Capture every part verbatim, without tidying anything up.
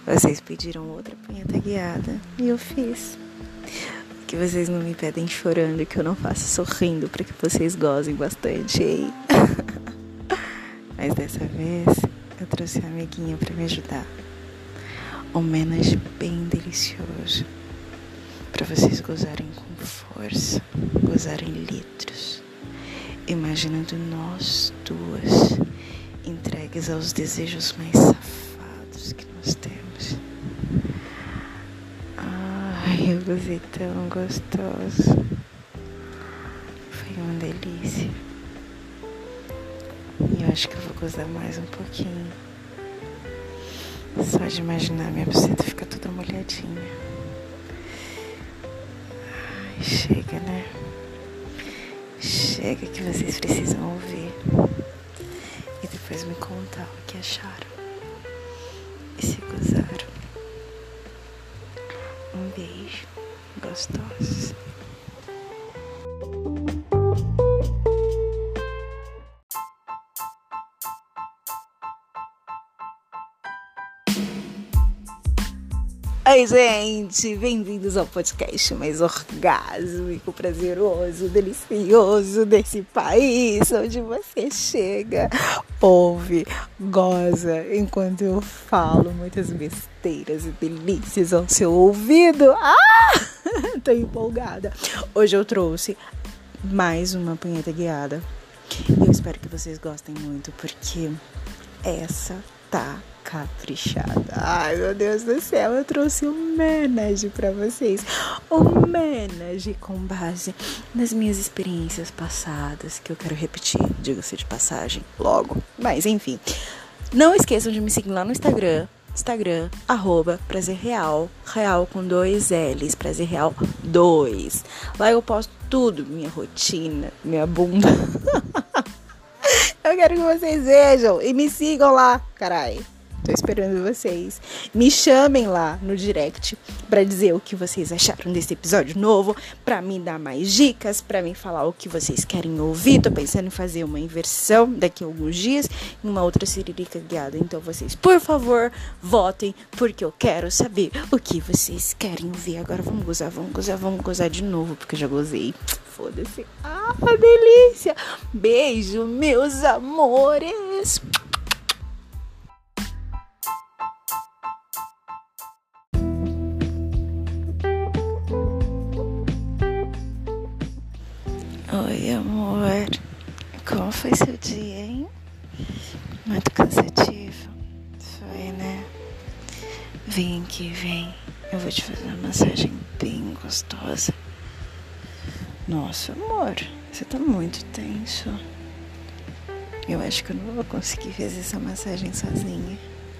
Vocês pediram outra punheta guiada e eu fiz. Que vocês não me pedem chorando, que eu não faço sorrindo, para que vocês gozem bastante, hein? Mas dessa vez eu trouxe uma amiguinha para me ajudar. Um homenagem bem delicioso, para vocês gozarem com força, gozarem litros, imaginando nós duas entregues aos desejos mais safados que nós temos. Ai, eu gozei tão gostoso. Foi uma delícia. E eu acho que eu vou gozar mais um pouquinho. Só de imaginar minha buceta ficar toda molhadinha. Ai, chega, né? Chega que vocês precisam ouvir. E depois me contar o que acharam. E se gozaram. Um beijo, gostosos. Oi, gente, bem-vindos ao podcast mais orgásmico, prazeroso, delicioso desse país, onde você chega, ouve, goza, enquanto eu falo muitas besteiras e delícias ao seu ouvido. Ah, tô empolgada. Hoje eu trouxe mais uma punheta guiada e eu espero que vocês gostem muito, porque essa tá caprichada. Ai, meu Deus do céu, eu trouxe um homenagem pra vocês. Homenagem com base nas minhas experiências passadas, que eu quero repetir, diga-se de passagem, logo. Mas, enfim, não esqueçam de me seguir lá no Instagram, Instagram, arroba Prazer Real, real com dois L's, Prazer Real dois. Lá eu posto tudo, minha rotina, minha bunda. Eu quero que vocês vejam e me sigam lá, carai. Tô esperando vocês. Me chamem lá no direct pra dizer o que vocês acharam desse episódio novo, pra me dar mais dicas, pra me falar o que vocês querem ouvir. Tô pensando em fazer uma inversão daqui a alguns dias, em uma outra siririca guiada. Então vocês, por favor, votem, porque eu quero saber o que vocês querem ouvir. Agora vamos gozar, vamos gozar, vamos gozar de novo, porque eu já gozei. Foda-se. Ah, delícia. Beijo, meus amores. Oi, amor. Como foi seu dia, hein? Muito cansativo. Foi, né? Vem aqui, vem. Eu vou te fazer uma massagem bem gostosa. Nossa, amor, você tá muito tenso. Eu acho que eu não vou conseguir fazer essa massagem sozinha.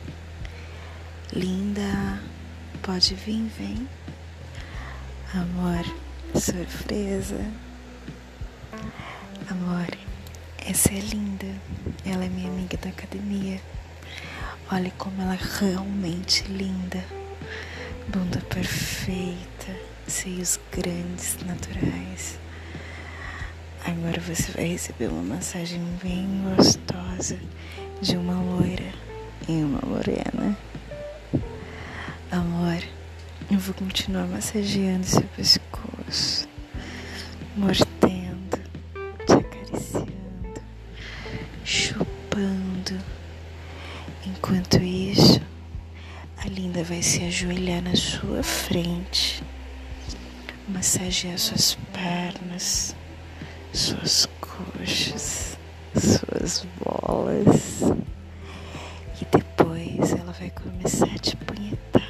Linda, pode vir, vem. Amor, surpresa. Amor, essa é linda. Ela é minha amiga da academia. Olha como ela é realmente linda. Bunda perfeita, seios grandes, naturais. Agora você vai receber uma massagem bem gostosa de uma loira e uma morena. Amor, eu vou continuar massageando seu pescoço, mordendo, te acariciando, chupando. Enquanto isso, a linda vai se ajoelhar na sua frente, massagear suas pernas, suas coxas, suas bolas. E depois ela vai começar a te punhetar.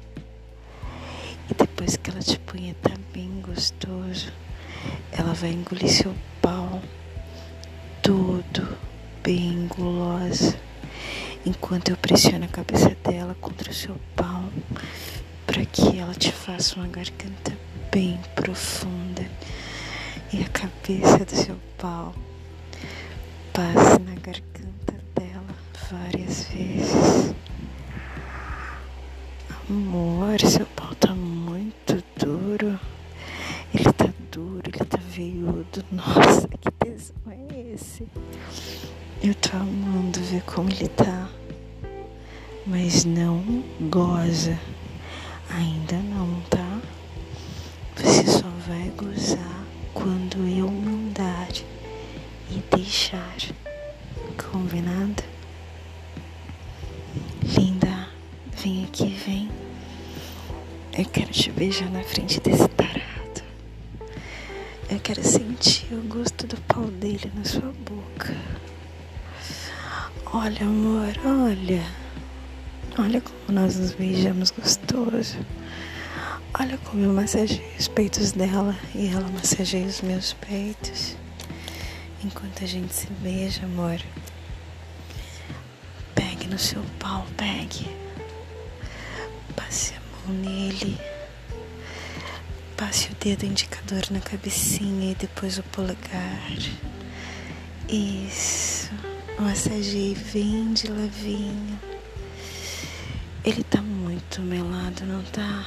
E depois que ela te punhetar bem gostoso, ela vai engolir seu pau todo bem gulosa, enquanto eu pressiono a cabeça dela contra o seu pau, para que ela te faça uma garganta bem profunda e a cabeça do seu pau passe na garganta dela várias vezes. Amor, seu pau tá muito duro. Ele tá duro, ele tá veiudo. Nossa, que tesão é esse? Eu tô amando ver como ele tá. mas não goza. Ainda não, tá? Você só vai gozar quando eu mandar e deixar. Combinado? Linda, vem aqui, vem. Eu quero te beijar na frente desse tarado. Eu quero sentir o gosto do pau dele na sua boca. Olha, amor, olha. Olha como nós nos beijamos gostoso. Olha como eu massageio os peitos dela e ela massageia os meus peitos. Enquanto a gente se beija, amor. Pegue no seu pau, pegue. Passe a mão nele. Passe o dedo indicador na cabecinha e depois o polegar. Isso. Massageie bem de levinho. Ele tá muito melado, não tá?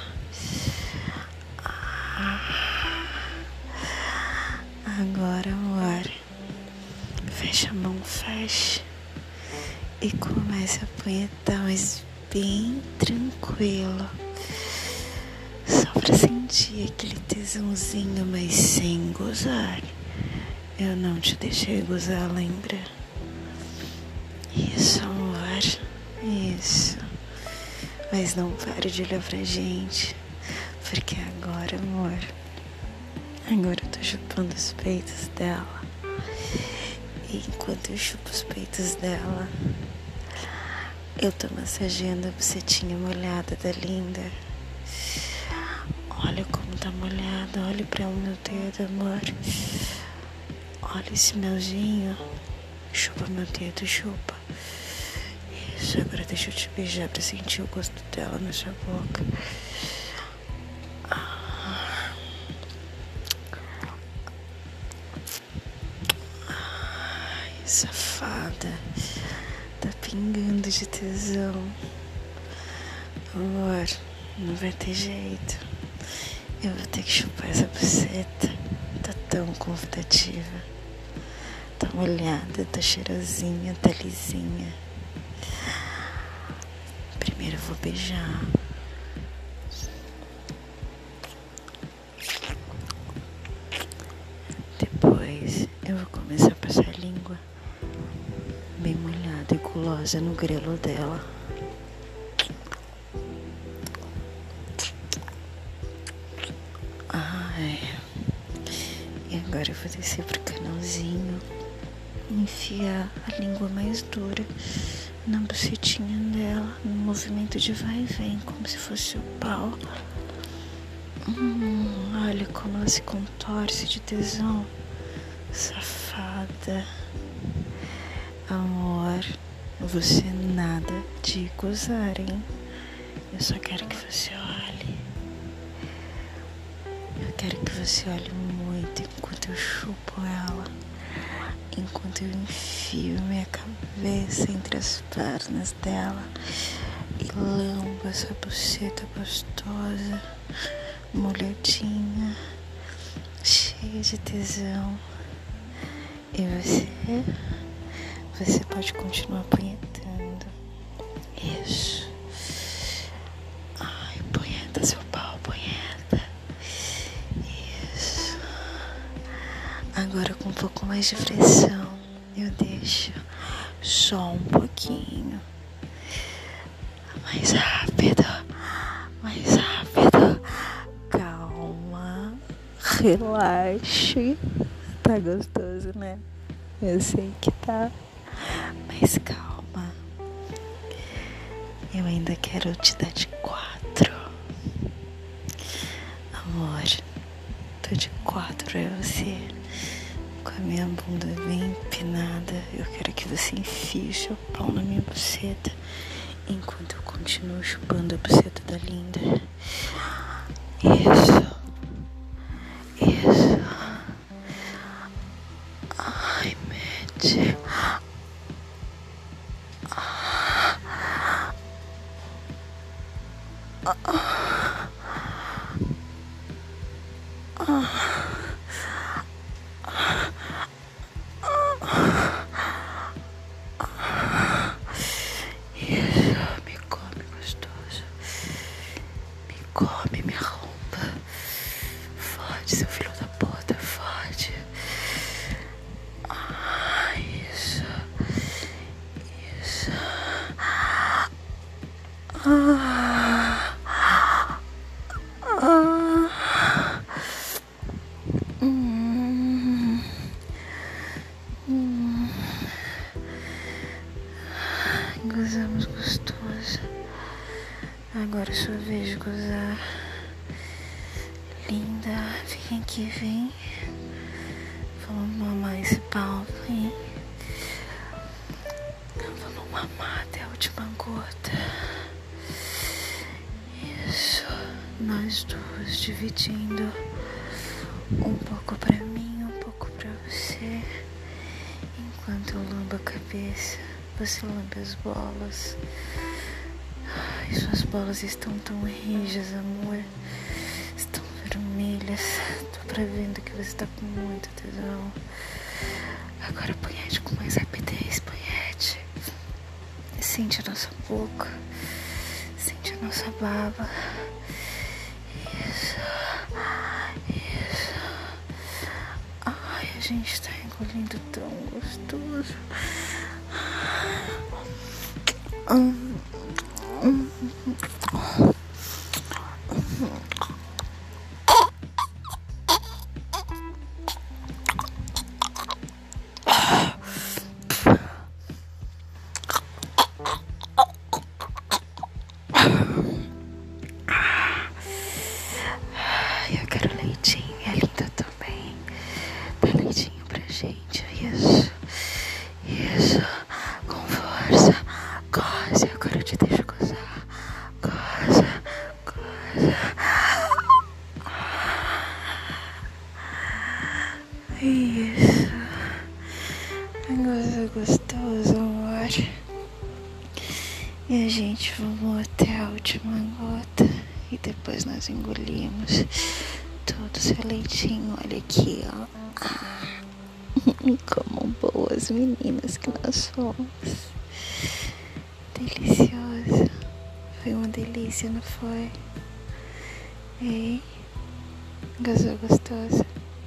Agora, amor, fecha a mão, fecha. E comece a apunhetar, mas bem tranquilo. Só pra sentir aquele tesãozinho, mas sem gozar. Eu não te deixei gozar, lembra? Isso, amor. Isso. Mas não pare de olhar pra gente. Porque agora, amor, agora eu tô chupando os peitos dela. E enquanto eu chupo os peitos dela, eu tô massageando a bucetinha molhada da linda. Olha como tá molhada. Olha pra o meu dedo, amor. Olha esse melzinho. Chupa meu dedo, chupa. Isso, agora deixa eu te beijar pra sentir o gosto dela na sua boca. Ai, safada. Tá pingando de tesão. Amor, não vai ter jeito. Eu vou ter que chupar essa buceta. Tá tão convidativa. Tá molhada, tá cheirosinha, tá lisinha. Primeiro eu vou beijar. Depois eu vou começar a passar a língua bem molhada e gulosa no grelo dela. Ai. E agora eu vou descer pro canalzinho, enfiar a língua mais dura na bucetinha dela, no movimento de vai e vem, como se fosse o pau. Hum, olha como ela se contorce de tesão. Safada. Amor, você nada de gozar, hein? Eu só quero que você olhe. Eu quero que você olhe muito enquanto eu chupo ela. Enquanto eu enfio minha cabeça entre as pernas dela e lambo essa buceta gostosa, molhadinha, cheia de tesão. E você, você pode continuar punhetando. Isso. Ai, punheta seu pau, punheta. Isso. Agora com um pouco mais de pressão, eu deixo só um pouquinho. Mais rápido, mais rápido. Calma, relaxe. Tá gostoso, né? Eu sei que tá. Mas calma. Eu ainda quero te dar de quatro. Amor, tô de quatro pra você. Com a minha bunda bem empinada, eu quero que você enfie o seu pau na minha buceta, enquanto eu continuo chupando a buceta da linda. Isso. Isso. Ai, mete. Isso, me Ah, ah, hum, hum. Gozamos gostoso. Agora é sua vez de gozar. Linda, vem aqui, vem. Vamos mamar esse pau, vem. Vamos mamar até a última gota. Isso. Nós duas dividindo. Um pouco pra mim, um pouco pra você. Enquanto eu lambo a cabeça, você lambe as bolas. Ai, suas bolas estão tão rijas, amor. Estão vermelhas. Tô prevendo que você está com muito tesão. Agora punhete com mais rapidez, punhete. Sente a nossa boca. Sente a nossa baba. Isso. Isso. Ai, a gente tá engolindo tão gostoso. Hum, hum, hum. Eu quero leitinho, e a linda também. Dá leitinho pra gente. Isso, isso. Com força. Goze, agora eu te deixo gozar. Goza, goza. Isso. Goza gostoso, amor. E a gente vamos até a última gota. E depois nós engolimos todo o seu leitinho. Olha aqui, ó. Como boas meninas que nós somos. Delicioso. Foi uma delícia, não foi? Ei, gozou gostosa?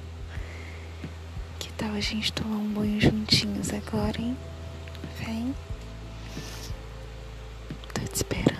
Que tal a gente tomar um banho juntinhos agora, hein? Vem. Tô te esperando.